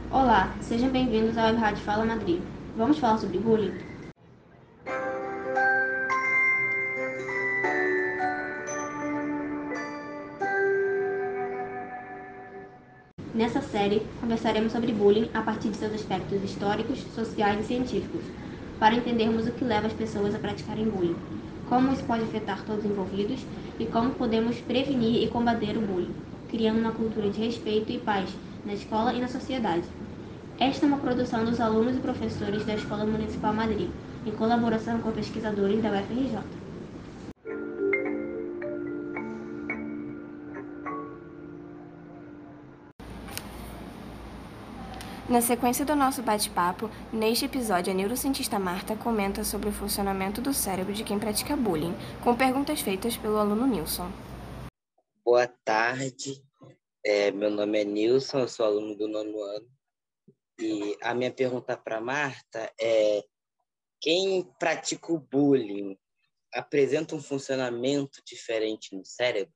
Olá, sejam bem-vindos ao Web Rádio Fala Madrid. Vamos falar sobre bullying? Nessa série, conversaremos sobre bullying a partir de seus aspectos históricos, sociais e científicos, para entendermos o que leva as pessoas a praticarem bullying, como isso pode afetar todos os envolvidos e como podemos prevenir e combater o bullying, criando uma cultura de respeito e paz na escola e na sociedade. Esta é uma produção dos alunos e professores da Escola Municipal Madrid, em colaboração com pesquisadores da UFRJ. Na sequência do nosso bate-papo, neste episódio a neurocientista Marta comenta sobre o funcionamento do cérebro de quem pratica bullying, com perguntas feitas pelo aluno Nilson. Boa tarde, meu nome é Nilson, eu sou aluno do 9º ano. E a minha pergunta para a Marta é: quem pratica o bullying apresenta um funcionamento diferente no cérebro?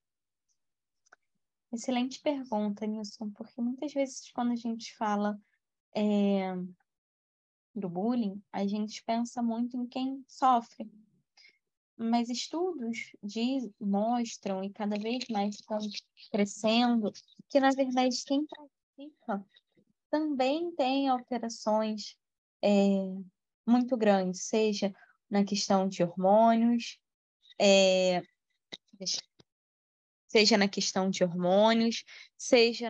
Excelente pergunta, Nilson, porque muitas vezes quando a gente fala do bullying, a gente pensa muito em quem sofre. Mas estudos mostram, e cada vez mais estão crescendo, que, na verdade, quem pratica também tem alterações muito grandes, seja na questão de hormônios, seja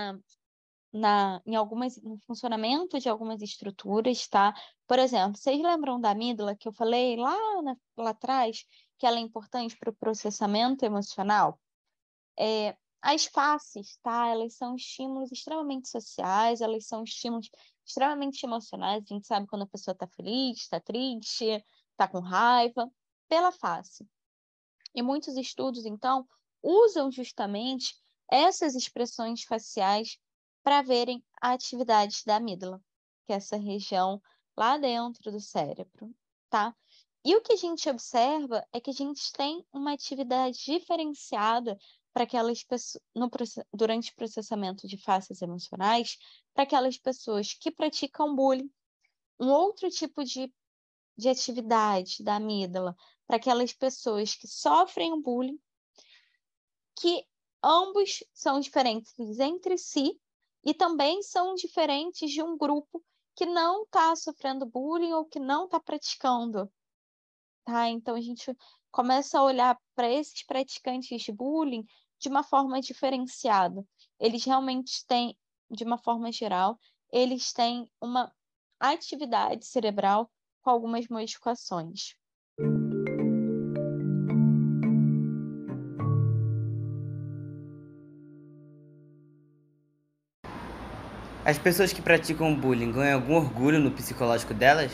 no funcionamento de algumas estruturas, tá? Por exemplo, vocês lembram da amígdala que eu falei lá atrás, que ela é importante para o processamento emocional? As faces, tá? Elas são estímulos extremamente sociais, elas são estímulos extremamente emocionais. A gente sabe quando a pessoa está feliz, está triste, está com raiva, pela face. E muitos estudos, então, usam justamente essas expressões faciais para verem a atividade da amígdala, que é essa região lá dentro do cérebro, tá? E o que a gente observa é que a gente tem uma atividade diferenciada para aquelas pessoas, durante o processamento de faces emocionais, para aquelas pessoas que praticam bullying. Um outro tipo de atividade da amígdala para aquelas pessoas que sofrem o bullying, que ambos são diferentes entre si e também são diferentes de um grupo que não está sofrendo bullying ou que não está praticando, tá? Então, a gente começa a olhar para esses praticantes de bullying de uma forma diferenciada. Eles realmente têm, de uma forma geral, eles têm uma atividade cerebral com algumas modificações. As pessoas que praticam bullying ganham algum orgulho no psicológico delas?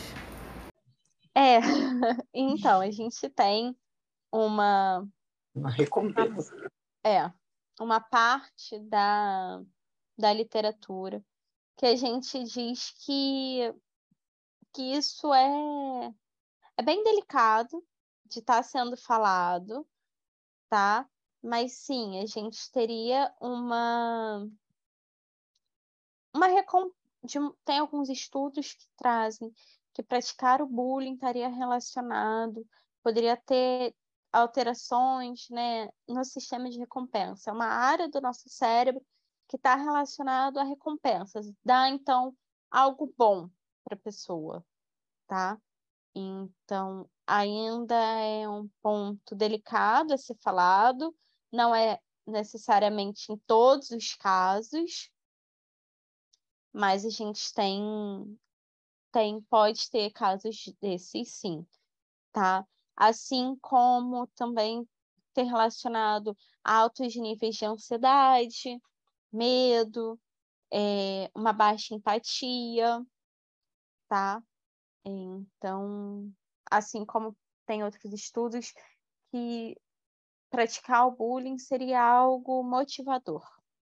Então, a gente tem uma recompensa. Uma parte da literatura que a gente diz que isso é bem delicado de estar sendo falado, tá? Mas sim, a gente teria tem alguns estudos que trazem que praticar o bullying estaria relacionado, poderia ter alterações, né, no sistema de recompensa. É uma área do nosso cérebro que está relacionado a recompensas. Dá, então, algo bom para a pessoa, tá? Então, ainda é um ponto delicado a ser falado, não é necessariamente em todos os casos, mas a gente pode ter casos desses, sim, tá? Assim como também ter relacionado a altos níveis de ansiedade, medo, uma baixa empatia, tá? Então, assim como tem outros estudos que praticar o bullying seria algo motivador.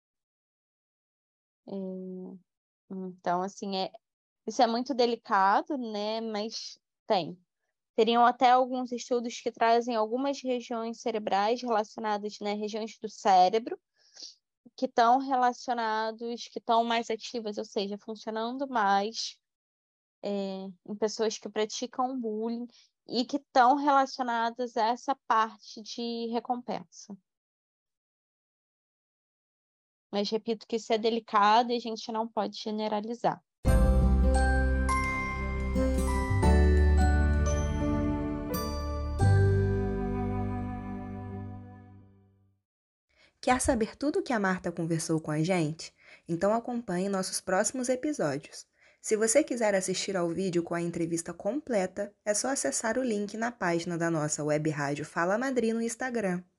Então, assim, isso é muito delicado, né? Mas teriam até alguns estudos que trazem algumas regiões cerebrais relacionadas, né, regiões do cérebro, que estão relacionados, que estão mais ativas, ou seja, funcionando mais em pessoas que praticam bullying e que estão relacionadas a essa parte de recompensa. Mas repito que isso é delicado e a gente não pode generalizar. Quer saber tudo o que a Marta conversou com a gente? Então acompanhe nossos próximos episódios. Se você quiser assistir ao vídeo com a entrevista completa, é só acessar o link na página da nossa web rádio Fala Madri no Instagram.